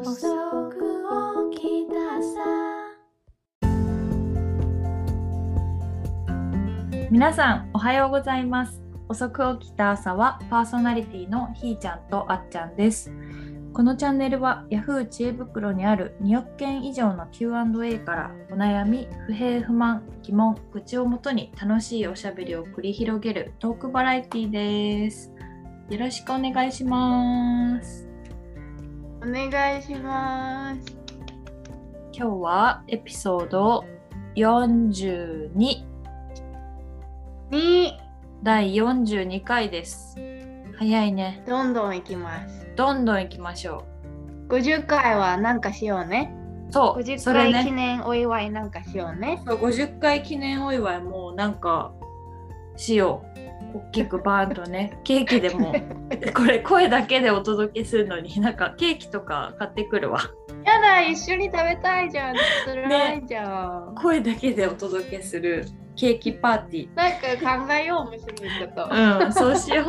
遅く起きたさ。皆さんおはようございます。遅く起きた朝はパーソナリティのひーちゃんとあっちゃんです。このチャンネルは Yahoo 知恵袋にある2億件以上の Q&A からお悩み、不平不満、疑問、愚痴をもとに楽しいおしゃべりを繰り広げるトークバラエティです。よろしくお願いします。 お願いします。 今日はエピソード42第42回です。早いね。 どんどん行きます。 どんどん行きましょう。50回はなんかしようね。 そう、 50回記念お祝いなんかしようね。 そう、50回記念お祝いもなんかしよう。大きくバーンとね、ケーキでもこれ声だけでお届けするのになんかケーキとか買ってくるわ。 やだ、一緒に食べたいじゃん。つらいじゃん、 ね、声だけでお届けするケーキパーティー。 なんか考えよう、娘と。 うん、そうしよう。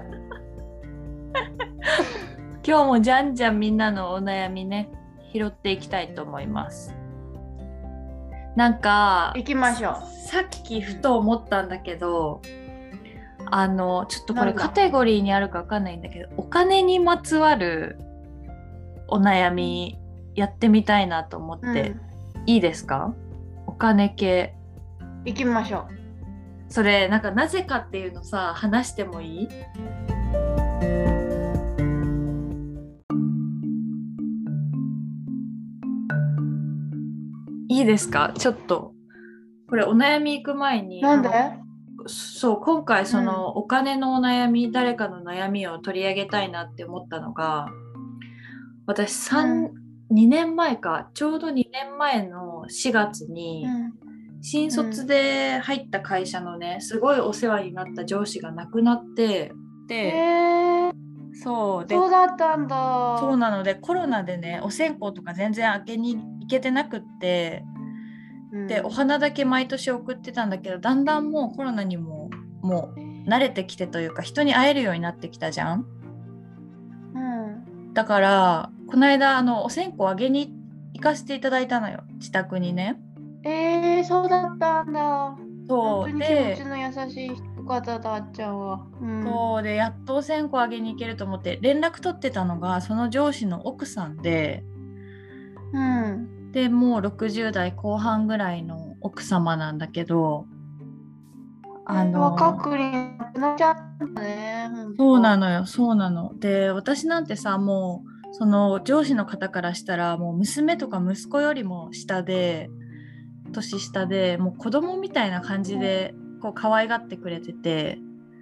今日もじゃんじゃんみんなのお悩みね、拾っていきたいと思います。なんか行きましょう。 さっきふと思ったんだけど、ちょっとこれカテゴリーにあるか分かんないんだけど、お金にまつわるお悩みやってみたいなと思って、いいですか？お金系行きましょう。 それなんかなぜかっていうのさ、話してもいい？いいですか？ちょっとこれお悩み行く前に、 なんで？ そう、今回そのお金のお悩み、誰かの悩みを取り上げたいなって思ったのが、私2年前か、ちょうど2年前の4月に新卒で入った会社のね、すごいお世話になった上司が亡くなって、で、そうだったんだ。 そうなので、コロナでね、お線香とか全然開けに行けてなくって、でお花だけ毎年送ってたんだけど、だんだんもうコロナにも慣れてきてというか、人に会えるようになってきたじゃん。だからこの間お線香あげに行かせていただいたのよ、自宅にね。 そうだったんだ。 そう本当に気持ちの優しい方だっちゃうわ。 そうで、やっとお線香あげに行けると思って連絡取ってたのがその上司の奥さんで、でもう60代後半ぐらいの奥様なんだけど、 若くになっちゃったね。 そうなのよ、そうなの。で、私なんてさ、もうその上司の方からしたらもう娘とか息子よりも年下で、もう子供みたいな感じでこう可愛がってくれてて、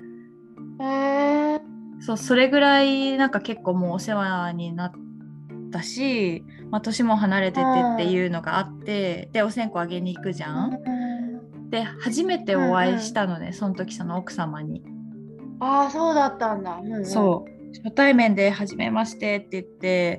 そう、それぐらいなんか結構もうお世話になったし、年も離れててっていうのがあって、でお線香あげに行くじゃん。で初めてお会いしたのね、その時その奥様に。 そうだったんだ。 そう初対面で初めましてって言って、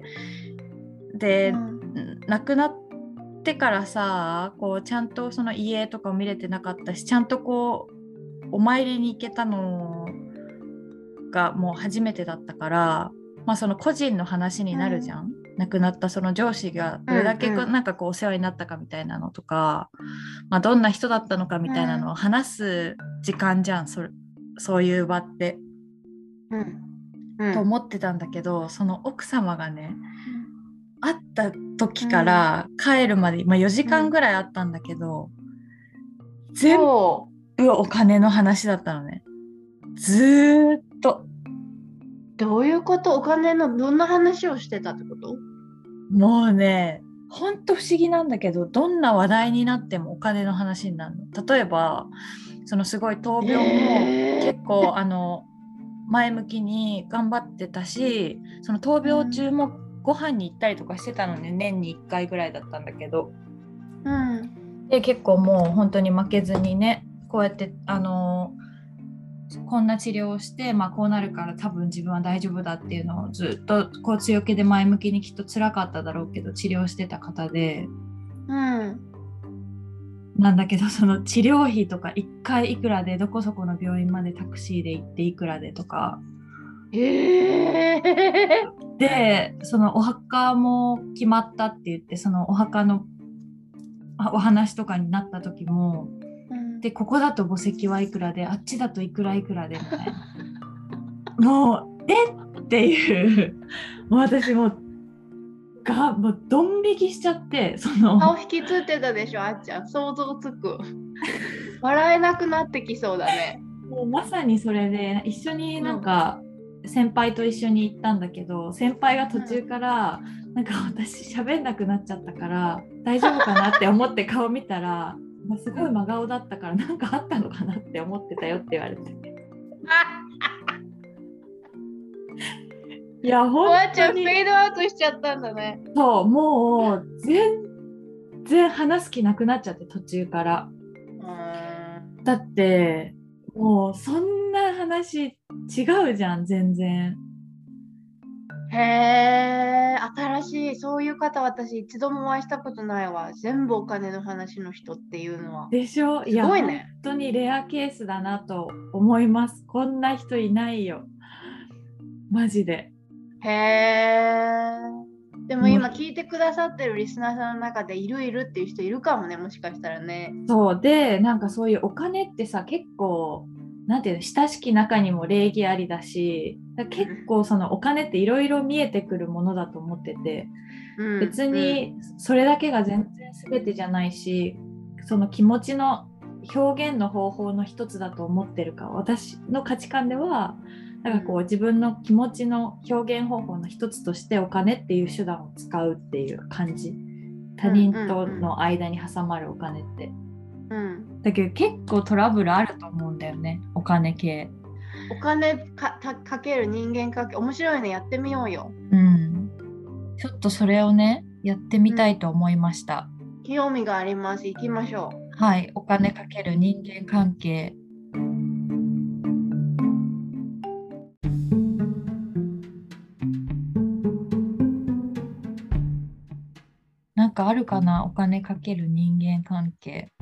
で、亡くなってからさ、こうちゃんとその家とかを見れてなかったし、ちゃんとこうお参りに行けたのがもう初めてだったから、その個人の話になるじゃん。亡くなったその上司がどれだけなんかこうお世話になったかみたいなのとか、どんな人だったのかみたいなのを話す時間じゃん、そういう場って、と思ってたんだけど、その奥様がね、会った時から帰るまで、4時間ぐらいあったんだけど、全部お金の話だったのね。ずーっと。 どういうこと？お金のどんな話をしてたってこと？ もうね、ほんと不思議なんだけど、どんな話題になってもお金の話になるの。例えばそのすごい闘病も結構前向きに頑張ってたし、その闘病中もご飯に行ったりとかしてたのね、年に1回ぐらいだったんだけど、で結構もう本当に負けずにね、こうやってこんな治療をして、こうなるから多分自分は大丈夫だっていうのをずっとこう強気で前向きに、きっと辛かっただろうけど治療してた方で、なんだけど、その治療費とか1回いくらで、どこそこの病院までタクシーで行っていくらでとか、 でそのお墓も決まったって言って、そのお墓のお話とかになった時も、でここだと墓石はいくらで、あっちだといくらいくらでみたいな、もうっていう、もう私もうドン引きしちゃって、その顔引きつってたでしょ、あっちゃん。想像つく。笑えなくなってきそうだね。 もうまさにそれで、一緒になんか、先輩と一緒に行ったんだけど、先輩が途中からなんか私喋んなくなっちゃったから大丈夫かなって思って顔見たら、すごい真顔だったから、なんかあったのかなって思ってたよって言われて。いやお本ばあちゃんフ当にェードアウトしちゃったんだね。 そう、もう全然話す気なくなっちゃって、途中から。だってもうそんな話違うじゃん、全然。 へえ、新しい。そういう方、私一度もお会いしたことないわ。全部お金の話の人っていうのは。 でしょ。いすや本ごいね。 当にレアケースだなと思います。こんな人いないよ、マジで。 へえ。でももう今聞いてくださってるリスナーさんの中でいるいるっていう人いるかもね、もしかしたらね。 そうで、なんかそういうお金ってさ、結構なんていうの、親しき中にも礼儀ありだし、結構そのお金っていろいろ見えてくるものだと思ってて、別にそれだけが全然全てじゃないし、その気持ちの表現の方法の一つだと思ってるか、私の価値観ではなんかこう自分の気持ちの表現方法の一つとしてお金っていう手段を使うっていう感じ。他人との間に挟まるお金って、だけど結構トラブルあると思うんだよね、お金系。 お金かける人間関係、面白いね、やってみようよ。 ちょっとそれをね、やってみたいと思いました。 興味があります。行きましょう。はい、お金かける人間関係。なんかあるかな、お金かける人間関係。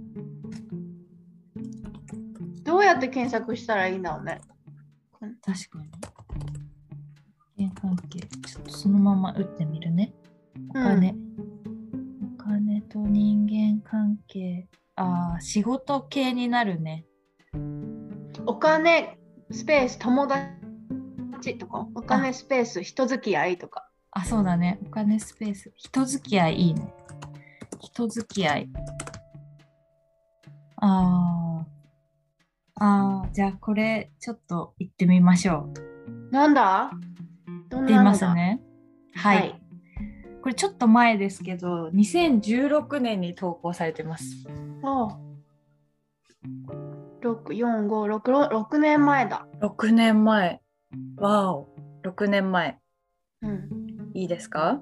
どうやって検索したらいいんだろうね。 確かに。人間関係。ちょっとそのまま打ってみるね。お金。お金と人間関係。仕事系になるね。 お金スペース友達とか、お金スペース人付き合いとか。 そうだね。お金スペース人付き合いいいね。人付き合い。じゃあこれちょっと行ってみましょう。 なんだ？ 行ってみますね。はい。これちょっと前ですけど、2016年に投稿されてます。 6年前だ。 6年前。わお、6年前。いいですか？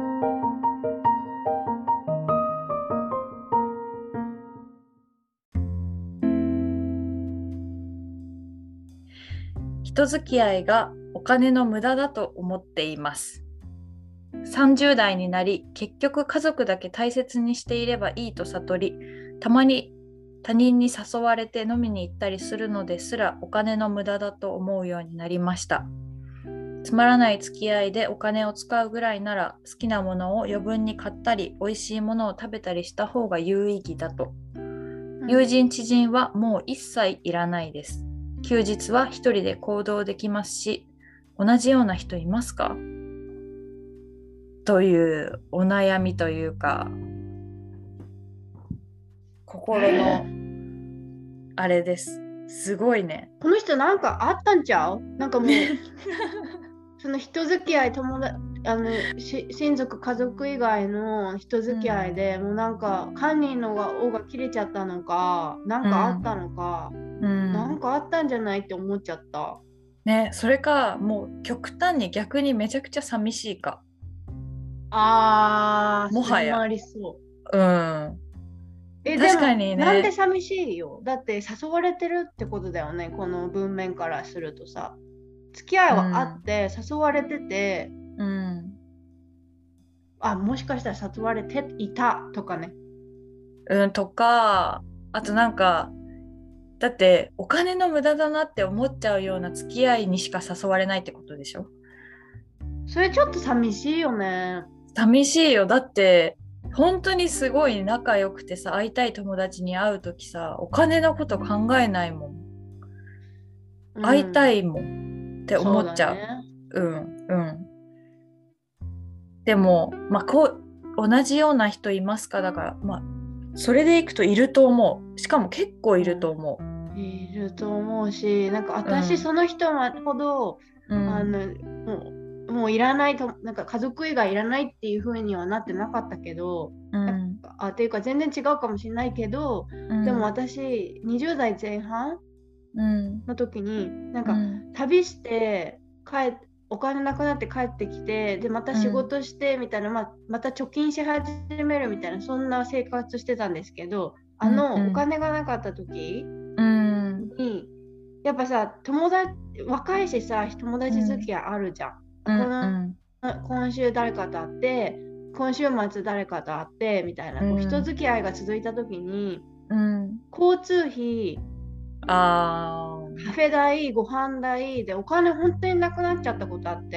人付き合いがお金の無駄だと思っています。30代になり、結局家族だけ大切にしていればいいと悟り、たまに他人に誘われて飲みに行ったりするのですらお金の無駄だと思うようになりました。つまらない付き合いでお金を使うぐらいなら、好きなものを余分に買ったり、美味しいものを食べたりした方が有意義だと。友人知人はもう一切いらないです。休日は一人で行動できますし、同じような人いますか？というお悩みというか、心のあれです。すごいね。 この人なんかあったんちゃう？なんかもうその人付き合い、親族家族以外の人付き合いで、もうなんか堪忍の尾が切れちゃったのか、なんかあったのか、なんかあったんじゃないって思っちゃった。 ね、それかもう極端に逆にめちゃくちゃ寂しいか。 もはや。もありそう。 確かにね。 なんで寂しいよ。だって誘われてるってことだよね、この文面からするとさ。付き合いはあって誘われてて、もしかしたら誘われていたとかね。 とか、あとなんか、だってお金の無駄だなって思っちゃうような付き合いにしか誘われないってことでしょ？ それちょっと寂しいよね。 寂しいよ。だって本当にすごい仲良くてさ、会いたい友達に会うときさ、お金のこと考えないもん。会いたいもんって思っちゃう。うんうん。でも、まあ、同じような人いますかだから、まあ、それでいくといると思う。しかも結構いると思う。いると思うし、なんか私、その人ほど、もういらないと、なんか家族以外いらないっていう風にはなってなかったけど、っていうか全然違うかもしれないけど、でも私、20代前半の時に、なんか旅してお金なくなって帰ってきて、でまた仕事してみたいな、また貯金し始めるみたいな、そんな生活してたんですけど、お金がなかった時に、やっぱさ、若いしさ、友達付き合いあるじゃん。今週誰かと会って、今週末誰かと会ってみたいな、人付き合いが続いた時に、交通費、カフェ代、ご飯代でお金本当になくなっちゃったことあって、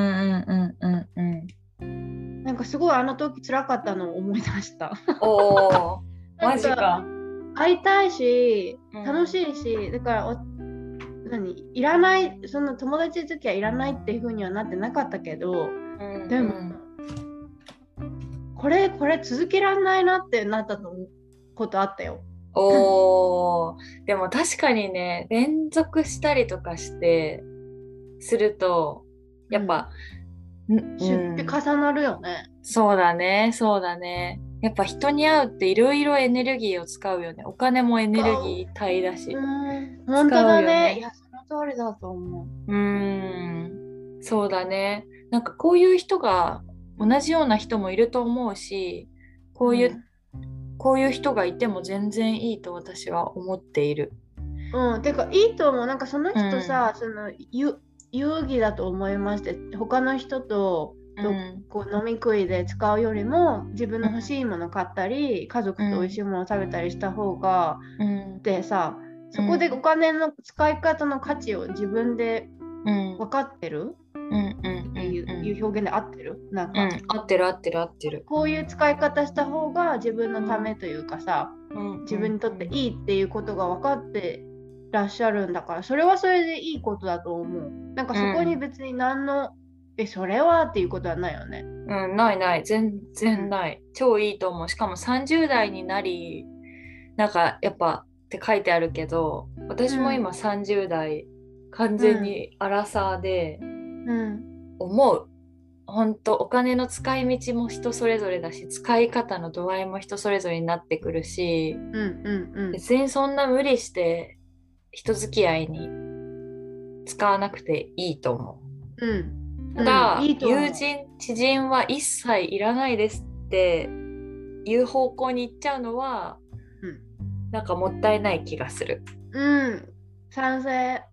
なんかすごいあの時辛かったのを思い出した。 マジか。 会いたいし楽しいし、だからいらない、その友達付き合いいらないっていう風にはなってなかったけど、でもこれ続けられないなってなったことあったよ。 でも確かにね、連続したりとかしてするとやっぱ、 出費重なるよね。 そうだね。やっぱ人に会うっていろいろエネルギーを使うよね。お金もエネルギー体だし。 本当だね。いや、その通りだと思う。そうだね。なんかこういう人が同じような人もいると思うし、こういう人がいても全然いいと私は思っている。 てかいいと思う。なんかその人さ、その有義だと思いまして、他の人とこう飲み食いで使うよりも自分の欲しいもの買ったり、家族と美味しいものを食べたりした方が、でさ、そこでお金の使い方の価値を自分で分かってるっていう表現で合ってる？なんか、 合ってる。 こういう使い方した方が自分のためというかさ、自分にとっていいっていうことが分かってらっしゃるんだから、それはそれでいいことだと思う。なんかそこに別に何の、それはっていうことはないよね。 ない全然ない。超いいと思う。しかも30代になり、なんかやっぱって書いてあるけど、私も今30代、完全にアラサーで、思う。本当お金の使い道も人それぞれだし、使い方の度合いも人それぞれになってくるし、別にそんな無理して人付き合いに使わなくていいと思う。ただ、友人知人は一切いらないですっていう方向に行っちゃうのは、なんかもったいない気がする。 賛成。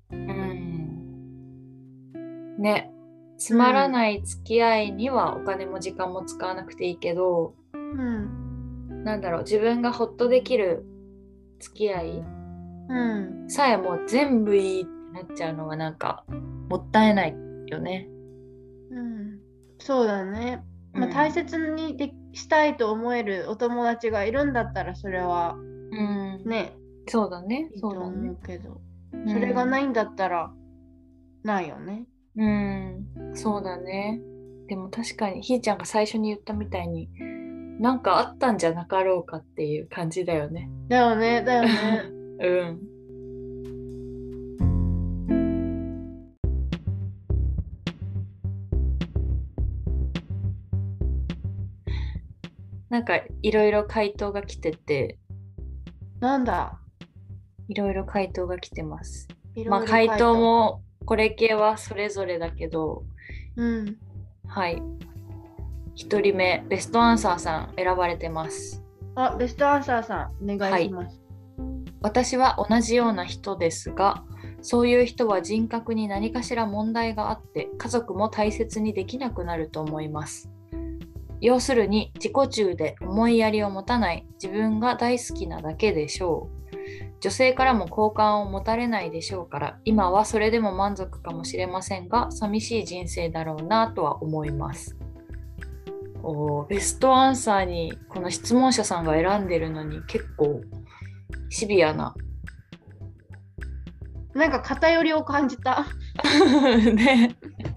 ね。つまらない付き合いにはお金も時間も使わなくていいけど、なんだろう、自分がホッとできる付き合い、さえもう全部いいってなっちゃうのはなんかもったいないよね。 そうだね。大切にしたいと思えるお友達がいるんだったらそれはね、 そうだね。 いいと思うけど、それがないんだったらないよね。 そうだね。でも確かにひーちゃんが最初に言ったみたいに、なんかあったんじゃなかろうかっていう感じだよね。 だよね。 なんかいろいろ回答が来てて。 なんだ？ いろいろ回答が来てます。回答もこれ系はそれぞれだけど、はい。1人目、ベストアンサーさん選ばれてます。 ベストアンサーさん、お願いします。 私は同じような人ですが、そういう人は人格に何かしら問題があって、家族も大切にできなくなると思います。要するに自己中で思いやりを持たない、自分が大好きなだけでしょう。 女性からも好感を持たれないでしょうから、今はそれでも満足かもしれませんが、寂しい人生だろうなとは思います。ベストアンサーにこの質問者さんが選んでるのに結構シビアななんか偏りを感じた。 ね。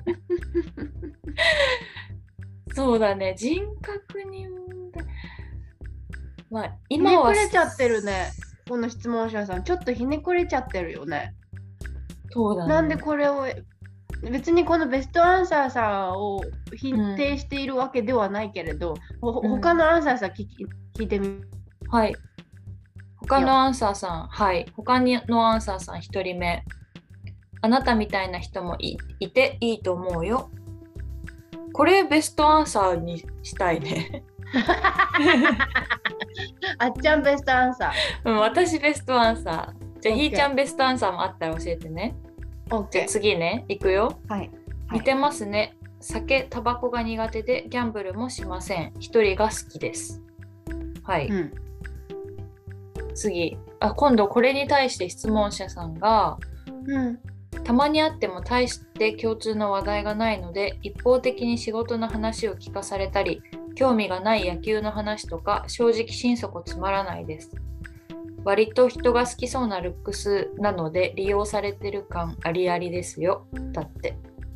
そうだね、人格に問題。まあ今はひねくれちゃってるね。この質問者さんちょっとひねくれちゃってるよね。 そうだね。 なんでこれを別にこのベストアンサーさんを否定しているわけではないけれど、他のアンサーさん聞いてみ。 はい。他のアンサーさん、はい。他のアンサーさん1人目。あなたみたいな人もいていいと思うよ。これベストアンサーにしたいね。 あっちゃんベストアンサー。 うん、私ベストアンサー。じゃあ、ひーちゃんベストアンサーもあったら教えてね。じゃあ次ね、いくよ。 はい。 似てますね。酒、タバコが苦手でギャンブルもしません。一人が好きです。はい。次。今度これに対して質問者さんが、たまに会っても大して共通の話題がないので、一方的に仕事の話を聞かされたり、興味がない野球の話とか、正直心底つまらないです。割と人が好きそうなルックスなので、利用されてる感ありありですよ。だって。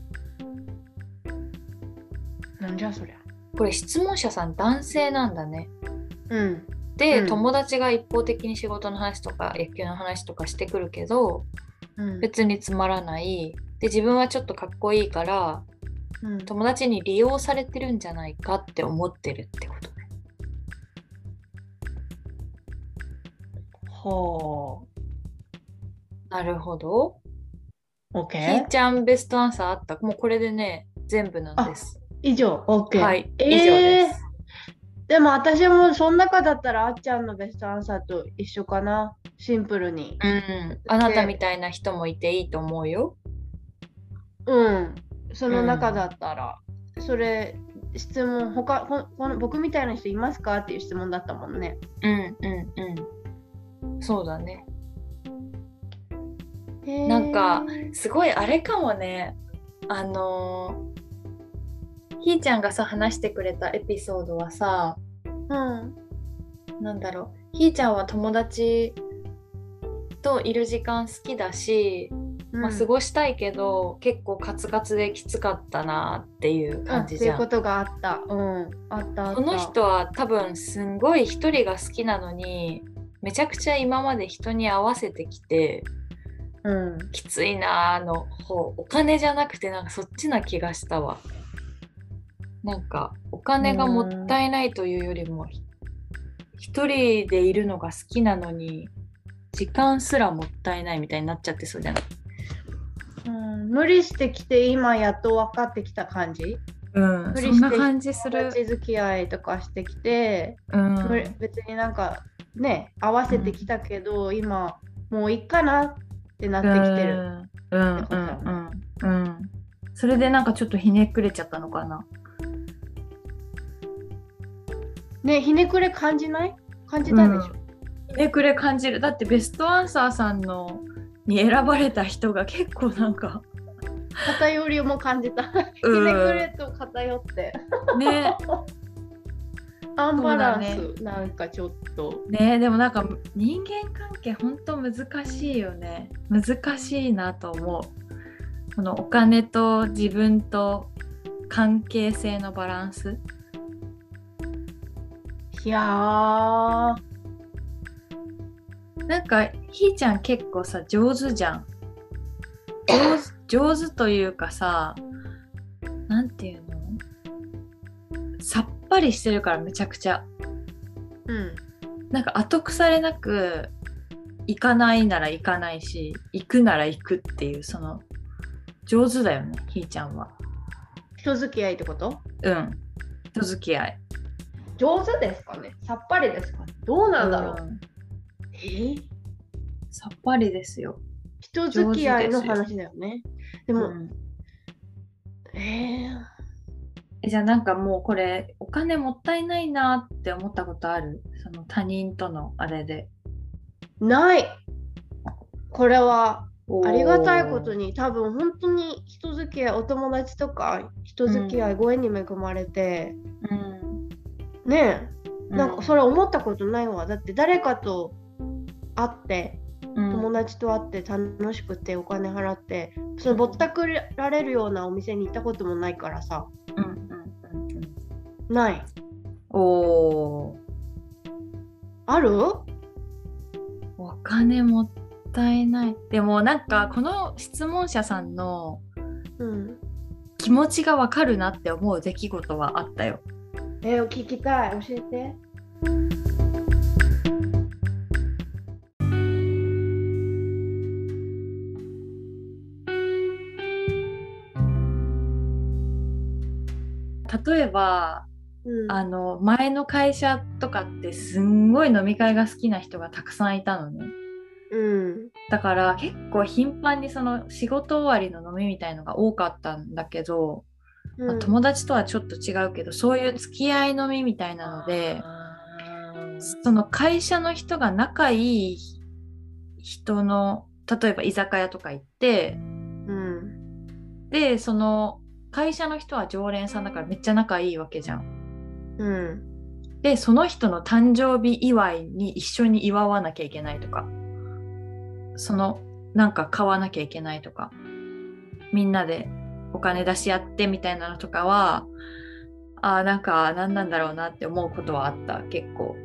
なんじゃそりゃ。 これ質問者さん男性なんだね。で、友達が一方的に仕事の話とか野球の話とかしてくるけど、別につまらない。で、自分はちょっとかっこいいから、友達に利用されてるんじゃないかって思ってるってことね。 ほう。なるほど。 OK。 ひーちゃんベストアンサーあった。もうこれでね、全部なんです。 以上。OK。 はい、以上です。 でも私もその中だったらあっちゃんのベストアンサーと一緒かな。シンプルに。 あなたみたいな人もいていいと思うよ。 その中だったら、それ質問僕みたいな人いますかっていう質問だったもんね。 そうだね。なんかすごいあれかもね。ひーちゃんがさ話してくれたエピソードはさ、なんだろう、ひーちゃんは友達といる時間好きだし、過ごしたいけど結構カツカツできつかったなっていう感じじゃん。 っていうことがあった。あった。 この人は多分すんごい一人が好きなのにめちゃくちゃ今まで人に合わせてきて、きついなの方、お金じゃなくてなんかそっちな気がしたわ。なんかお金がもったいないというよりも一人でいるのが好きなのに時間すらもったいないみたいになっちゃってそうじゃない？ 無理してきて今やっと分かってきた感じ。 無理してそんな感じする。 友達付き合いとかしてきて、別になんかね合わせてきたけど、今もういいかなってなってきてる。 それでなんかちょっとひねくれちゃったのかな。 ね、ひねくれ感じない？感じたでしょ。 ひねくれ感じる。だってベストアンサーさんのに選ばれた人が結構なんか偏りも感じた。ひねくれと偏ってね。 アンバランス、なんかちょっとね。でもなんか人間関係ほんと難しいよね。難しいなと思う。このお金と自分と関係性のバランス。 いやー、 なんかひーちゃん結構さ上手じゃん。上手というかさ、なんていうの、さっぱりしてるからめちゃくちゃ。なんか後腐れなく行かないなら行かないし、行くなら行くっていう、その上手だよね、ひーちゃんは。 人付き合いってこと？ 人付き合い。 上手ですかね？さっぱりですかね？どうなんだろう？ さっぱりですよ。 人付き合いの話だよね。でも、 じゃあなんかもうこれお金もったいないなって思ったことある？その他人とのあれで。 ない。これはおーありがたいことに、多分本当に人付き合い、お友達とか人付き合い、ご縁に恵まれて、 うんねえ、なんかそれう思ったことないわ。だって誰かと会って、友ん達と会って楽しくてお金払って、そのぼったくられるようなお店に行ったこともないからさ、 うんうんない。 おーある？ お金もったいない。でもなんかこの質問者さんのうん。 気持ちがわかるなって思う出来事はあったよ。 聞きたい。教えて。 例えばうん。 前の会社とかってすんごい飲み会が好きな人がたくさんいたのね。 うん。 だから結構頻繁にその仕事終わりの飲みみたいのが多かったんだけど、まあ、 うん。 友達とはちょっと違うけどそういう付き合い飲みみたいなので、その会社の人が仲いい人の例えば居酒屋とか行ってうん。 でその会社の人は常連さんだからめっちゃ仲いいわけじゃん。 うん。 でその人の誕生日祝いに一緒に祝わなきゃいけないとかなんか買わなきゃいけないとかみんなでお金出し合ってみたいなのとかはなんか何なんだろうなって思うことはあった結構。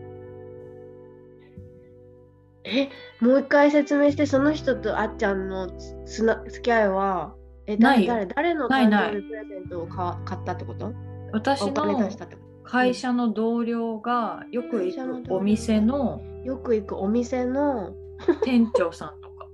もう一回説明して、その人とあっちゃんの付き合いは、 ないよ。 誰の誕ないない。 生日プレゼントを買ったってこと？お金出し私のたってこと？うん。 会社の同僚がよく会行くお社の同僚が店のよく行くお店の、 店長さんとか。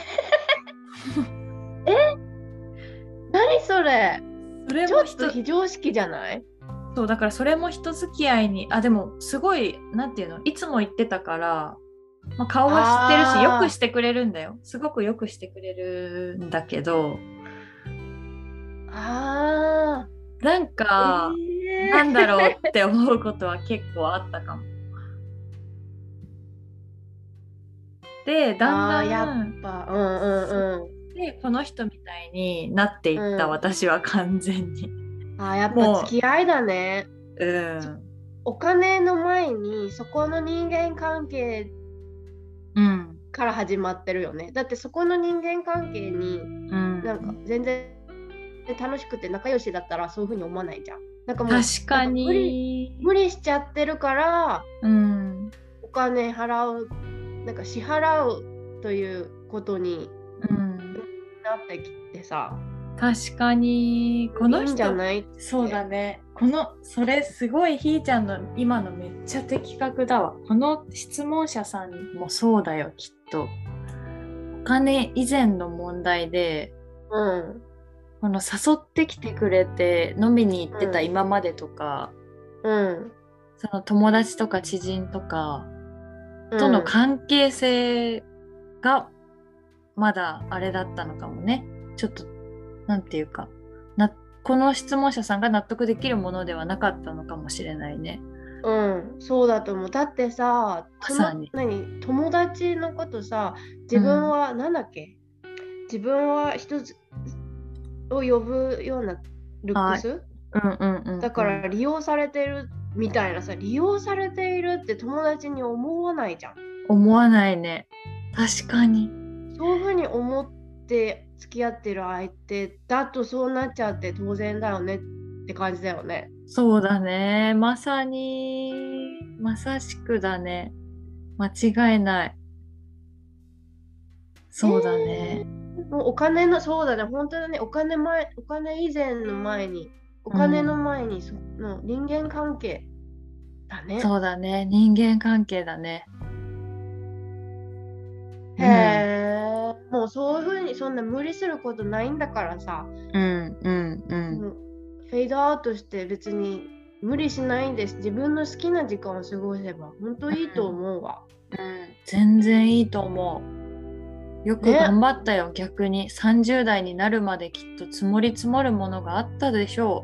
え、何それ？ それちょっとも非常識じゃない？ そうだからそれも人付き合いにでもすごいなんていうのいつも言ってたから、まあ、顔は知ってるしよくあしてくれるんだよすごくよくしてくれるんだけどあ、 なんかなんだろうって思うことは結構あったかも。でだんだやっんぱ、うんうんでこの人みたいになっていうん。 ったうん。 私は完全にやっぱも付き合いだね。 うそお金の前にそこの人間関係うんから始まってるよね。だってそこの人間関係になんかうん全然楽しくて仲良しだったらそういうふうに思わないじゃん。なんかもうなん確かか無に理しちゃってるからうんお金払う、なんか支払うということにうんなってきてさ、 確かにこいいんじゃの人ないっそうだて。 ねそれすごいひーちゃんの今のめっちゃ的確だわ。この質問者さんもそうだよきっと。お金以前の問題でうんこの誘ってきてくれて飲みに行ってたうん今までとかうんその友達とか知人とかうとのん。 関係性がまだあれだったのかもね。ちょっとなんていうかこの質問者さんが納得できるものではなかったのかもしれないね。 うん、そうだと思う。だってさ、 まさに。 友達のことさ、自分うん。 はなんだっけ、自分は一つを呼ぶようなルックはい。 スうんうんうんだかうん。 ら利用されてるみたいなさ、利用されているって友達に思わないじゃん。 思わないね。確かに。 そういうふうに思って付き合ってる相手だとそうなっちゃって当然だよねって感じだよね。 そうだね。まさに、まさしくだね。間違いない。 えそうだね。 もうお金の、そうだね、本当だね、お金以前の前に、お金のうん。 前にその人間関係だね。 そうだね。人間関係だね。 へうん。 え、もうそういうふうにそんな無理することないんだからさ、 うんうんうん。 もうフェードアウトして別に無理しないんです。自分の好きな時間を過ごせば本当いいと思うわ。 うん。全然いいと思う。よく頑ね。 張ったよ。逆に30代になるまできっと積もり積もるものがあったでしょ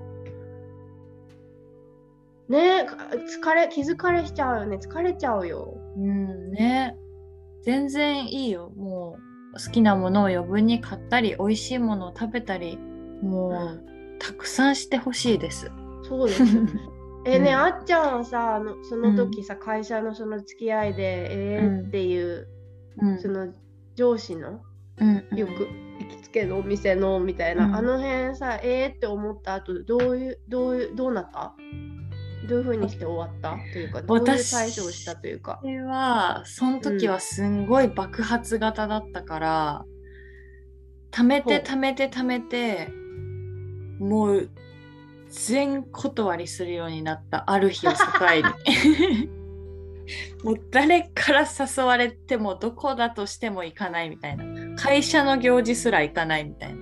ね、気づかれしちゃうよね。疲れちゃうよ。 う。うんね。 全然いいよ。もう好きなものを余分に買ったり美味しいものを食べたりもうたくさんしてほしいです。 そうですよね。ね、 うんあっちゃんはさ、その時さ、会社のその付き合いで、っていう、その上司のよく行きつけのお店のみたいな、あの辺さ、って思った後、どうなった？どういうふうにして終わったというか、どういう対処をしたというか。 私はその時はすんごい爆発型だったから、貯めて貯めて貯めて、もう全断りするようになった、ある日を境に。もう誰から誘われてもどこだとしても行かないみたいな、会社の行事すら行かないみたいな。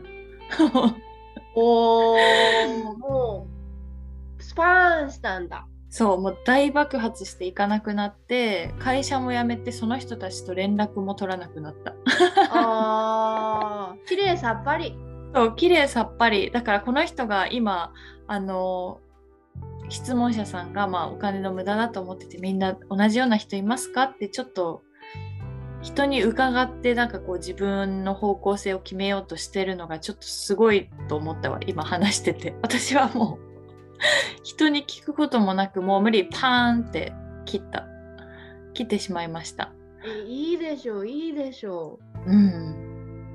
もうスパーンしたんだ。 そう、もう大爆発して行かなくなって、会社も辞めてその人たちと連絡も取らなくなった。 綺麗さっぱり。 そう、綺麗さっぱり。だからこの人が今質問者さんがお金の無駄だと思ってて、みんな同じような人いますかってちょっと人に伺って、なんかこう自分の方向性を決めようとしてるのがちょっとすごいと思ったわ、今話してて。私はもう人に聞くこともなく、もう無理、パーンって切ってしまいました。 いいでしょう、いいでしょう。うん。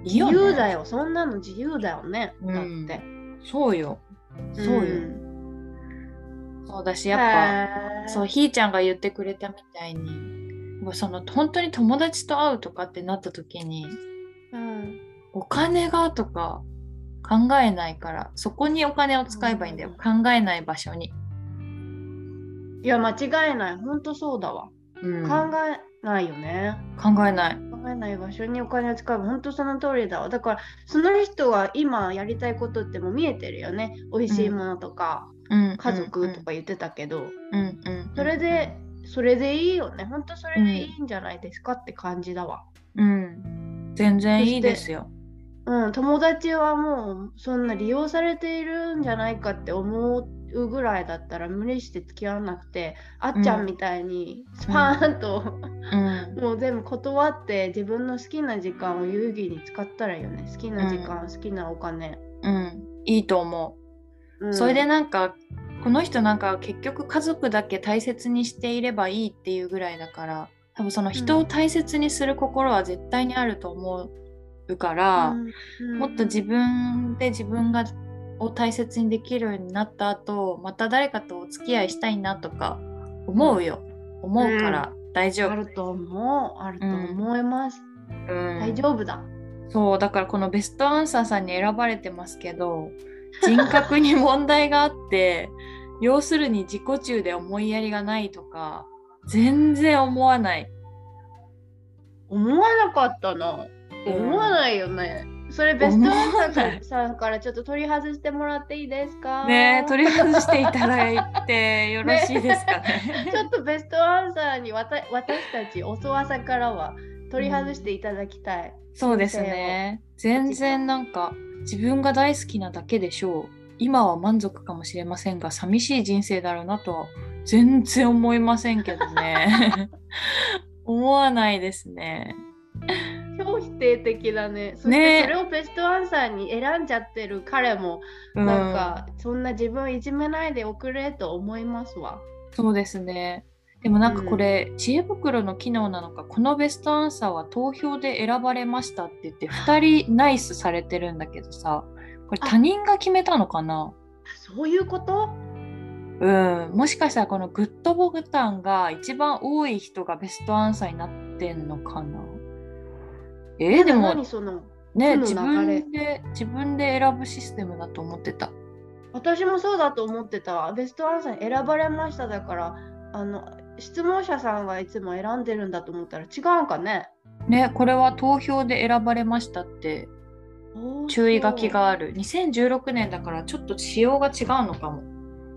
自由だよ、そんなの自由だよね。だって。 そうよ。そうよ。そうだし、やっぱそう、ひーちゃんが言ってくれたみたいに、本当に友達と会うとかってなった時に、お金がとか考えないから、そこにお金を使えばいいんだよ。考えない場所に。 いや、間違いない。本当そうだわ。考えないよね。 考えない場所にお金を使えば本当その通りだわ。だからその人は今やりたいことってもう見えてるよね。美味しいものとか、家族とか言ってたけど、それでいいよね。本当それでいいんじゃないですかって感じだわ。 全然いいですよ。 友達はもうそんな利用されているんじゃないかって思うぐらいだったら無理して付き合わなくて、あっちゃんみたいにスパーンと、もう全部断って自分の好きな時間を有意義に使ったらいいよね。好きな時間、好きなお金。 いいと思う。それでなんかこの人なんか結局家族だけ大切にしていればいいっていうぐらいだから、多分その人を大切にする心は絶対にあると思うから、もっと自分を大切にできるようになった後、また誰かとお付き合いしたいなとか思うから大丈夫。 あると思います。大丈夫だ。 そうだからこのベストアンサーさんに選ばれてますけど、人格に問題があって要するに自己中で思いやりがないとか全然思わない。 思わなかったな。思わないよね。それベストアンサーさんからちょっと取り外してもらっていいですか？ ねえ、取り外していただいてよろしいですかね。 ちょっとベストアンサーに私たち遅朝からは取り外していただきたい。 そうですね。全然なんか自分が大好きなだけでしょう。今は満足かもしれませんが、寂しい人生だろうなとは全然思いませんけどね。思わないですね。 超否定的だね。そしてそれをベストアンサーに選んじゃってる彼も、なんかそんな自分いじめないでおくれと思いますわ。 そうですね。でもなんかこれ、知恵袋の機能なのか、このベストアンサーは投票で選ばれましたって言って2人ナイスされてるんだけどさ、これ他人が決めたのかな？ そういうこと？ もしかしたらこのグッドボタンが一番多い人がベストアンサーになってんのかな？でも何そのね、自分で選ぶシステムだと思ってた。 私もそうだと思ってたわ。ベストアンサーに選ばれましただから、質問者さんがいつも選んでるんだと思ったら違うんかね。 ね、これは投票で選ばれましたって注意書きがある。2016年だからちょっと仕様が違うのかも。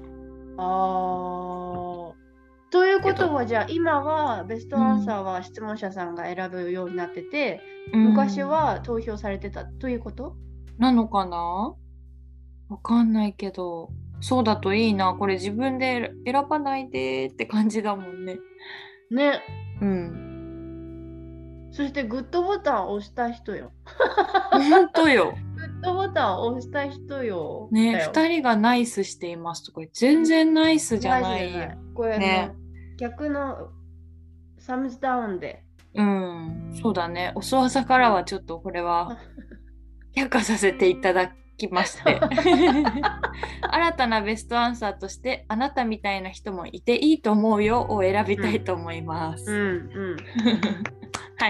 ということはじゃあ今はベストアンサーは質問者さんが選ぶようになってて、昔は投票されてたということなのかな？わかんないけど、そうだといいな。これ自分で選ばないでって感じだもんね。 ね。 そしてグッドボタンを押した人よ。 本当よ。 グッドボタンを押した人よ。 ね、 だよ 2人がナイスしていますとか、全然ナイスじゃない。 ナイスじゃないこれね。 逆のサムズダウンで。 そうだね。おそ朝からはちょっとこれは却下させていただきまして。新たなベストアンサーとして、あなたみたいな人もいていいと思うよを選びたいと思います。はい。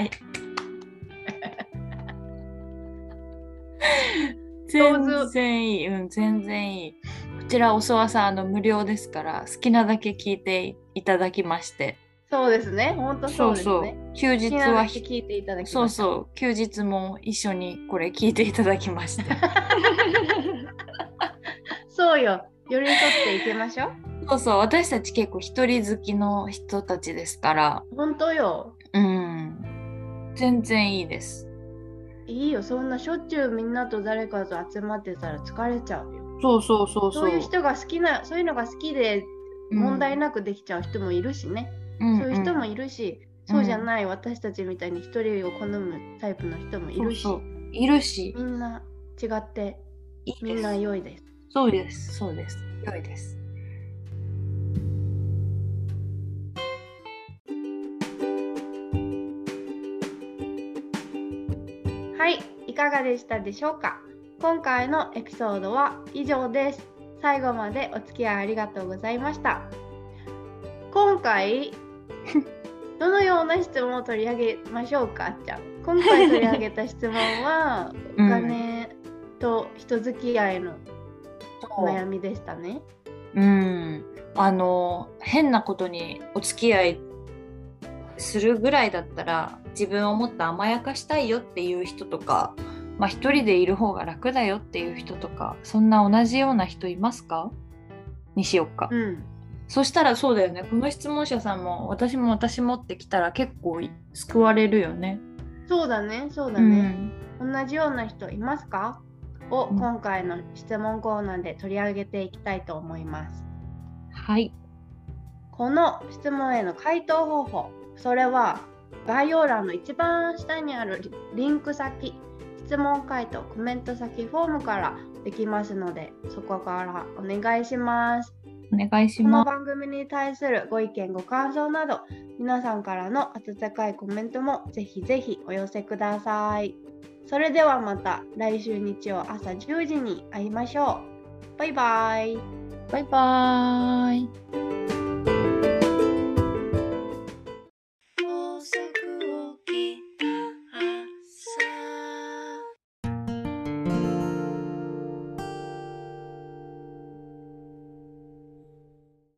全然いい。全然いい。こちらおそわさん無料ですから好きなだけ聞いていただきまして。 そうですね。本当そうですね。 そう休日は聞いていただきました。休日も一緒にこれ聞いていただきまして。 そうよ。寄り添っていきましょう。私たち結構一人好きの人たちですから。 本当よ。 全然いいです。 いいよ。そんなしょっちゅうみんなと誰かと集まってたら疲れちゃうよ。そういう人が好きな、そういうのが好きで問題なくできちゃう人もいるしね。そういう人もいるし、そうじゃない私たちみたいに一人を好むタイプの人もいるし、みんな違ってみんな良いです。 そうです。良いです。 はい、いかがでしたでしょうか。今回のエピソードは以上です。最後までお付き合いありがとうございました。今回どのような質問を取り上げましょうか。じゃあ今回取り上げた質問はお金と人付き合いのお悩みでしたね。 変なことにお付き合いするぐらいだったら自分をもっと甘やかしたいよっていう人とか、一人でいる方が楽だよっていう人とか、そんな同じような人いますかにしよっか。そしたらそうだよね。この質問者さんも私もってきたら結構救われるよね。 そうだね。同じような人いますかを今回の質問コーナーで取り上げていきたいと思います。 はい。 この質問への回答方法、それは概要欄の一番下にあるリンク先、質問回答コメント先フォームからできますので、そこからお願いします。この番組に対するご意見ご感想など、皆さんからの温かいコメントもぜひぜひお寄せください。それではまた来週日曜朝10時に会いましょう。バイバイ。 バイバイ。